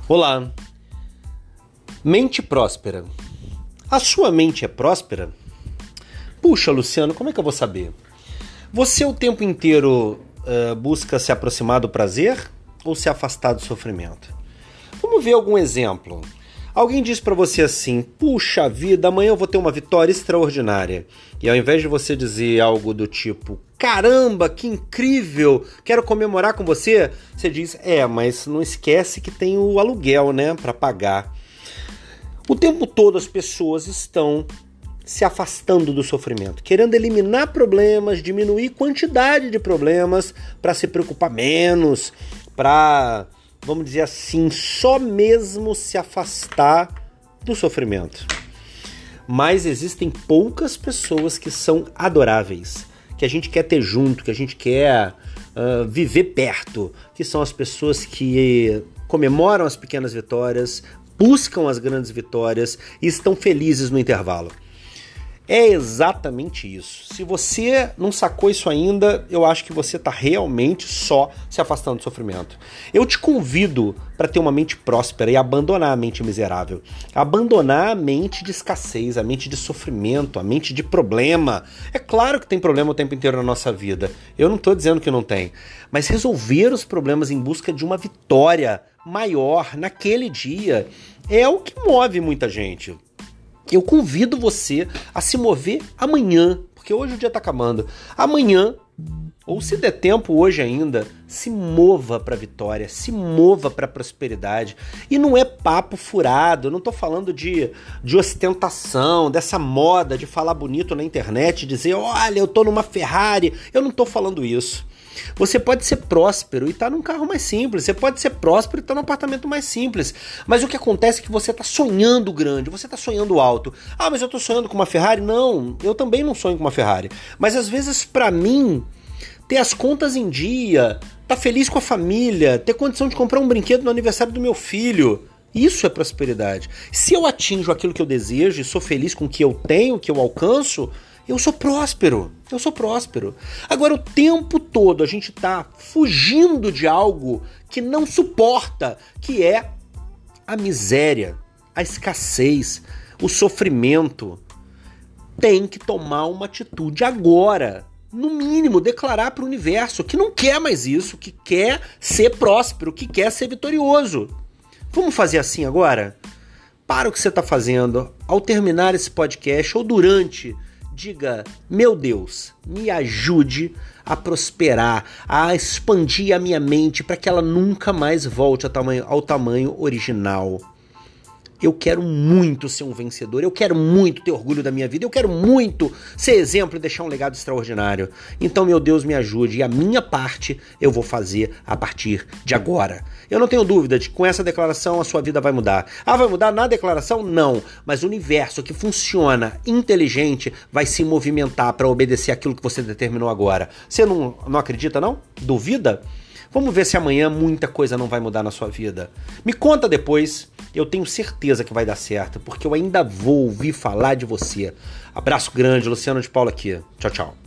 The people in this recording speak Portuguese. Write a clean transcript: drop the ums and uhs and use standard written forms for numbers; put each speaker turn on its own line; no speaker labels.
Olá, mente próspera. A sua mente é próspera? Puxa, Luciano, como é que eu vou saber? Você o tempo inteiro busca se aproximar do prazer ou se afastar do sofrimento? Vamos ver algum exemplo. Alguém diz pra você assim: puxa vida, amanhã eu vou ter uma vitória extraordinária. E ao invés de você dizer algo do tipo: caramba, que incrível, quero comemorar com você, você diz: mas não esquece que tem o aluguel, né, pra pagar. O tempo todo as pessoas estão se afastando do sofrimento, querendo eliminar problemas, diminuir quantidade de problemas para se preocupar menos, para, vamos dizer assim, só mesmo se afastar do sofrimento. Mas existem poucas pessoas que são adoráveis, que a gente quer ter junto, que a gente quer viver perto, que são as pessoas que comemoram as pequenas vitórias, buscam as grandes vitórias e estão felizes no intervalo. É exatamente isso. Se você não sacou isso ainda, eu acho que você está realmente só se afastando do sofrimento. Eu te convido para ter uma mente próspera e abandonar a mente miserável. Abandonar a mente de escassez, a mente de sofrimento, a mente de problema. É claro que tem problema o tempo inteiro na nossa vida. Eu não estou dizendo que não tem. Mas resolver os problemas em busca de uma vitória maior naquele dia é o que move muita gente. Eu convido você a se mover amanhã, porque hoje o dia está acabando. Amanhã, ou se der tempo hoje ainda, se mova para a vitória, se mova para a prosperidade. E não é papo furado, eu não estou falando de ostentação, dessa moda de falar bonito na internet, dizer, olha, eu estou numa Ferrari. Eu não estou falando isso. Você pode ser próspero e estar num carro mais simples, você pode ser próspero e estar num apartamento mais simples, mas o que acontece é que você está sonhando grande, você está sonhando alto. Ah, mas eu estou sonhando com uma Ferrari? Não, eu também não sonho com uma Ferrari, mas às vezes para mim, ter as contas em dia, estar feliz com a família, ter condição de comprar um brinquedo no aniversário do meu filho, isso é prosperidade. Se eu atinjo aquilo que eu desejo e sou feliz com o que eu tenho, o que eu alcanço, eu sou próspero. Agora, o tempo todo a gente tá fugindo de algo que não suporta, que é a miséria, a escassez, o sofrimento. Tem que tomar uma atitude agora. No mínimo, declarar para o universo que não quer mais isso, que quer ser próspero, que quer ser vitorioso. Vamos fazer assim agora? Para o que você está fazendo, ao terminar esse podcast ou durante, diga: meu Deus, me ajude a prosperar, a expandir a minha mente para que ela nunca mais volte ao tamanho original. Eu quero muito ser um vencedor, eu quero muito ter orgulho da minha vida, eu quero muito ser exemplo e deixar um legado extraordinário. Então, meu Deus, me ajude, e a minha parte eu vou fazer a partir de agora. Eu não tenho dúvida de que com essa declaração a sua vida vai mudar. Ah, vai mudar na declaração? Não, mas o universo que funciona inteligente vai se movimentar para obedecer aquilo que você determinou agora. Você não acredita, não? Duvida? Vamos ver se amanhã muita coisa não vai mudar na sua vida. Me conta depois, eu tenho certeza que vai dar certo, porque eu ainda vou ouvir falar de você. Abraço grande, Luciano de Paula aqui. Tchau, tchau.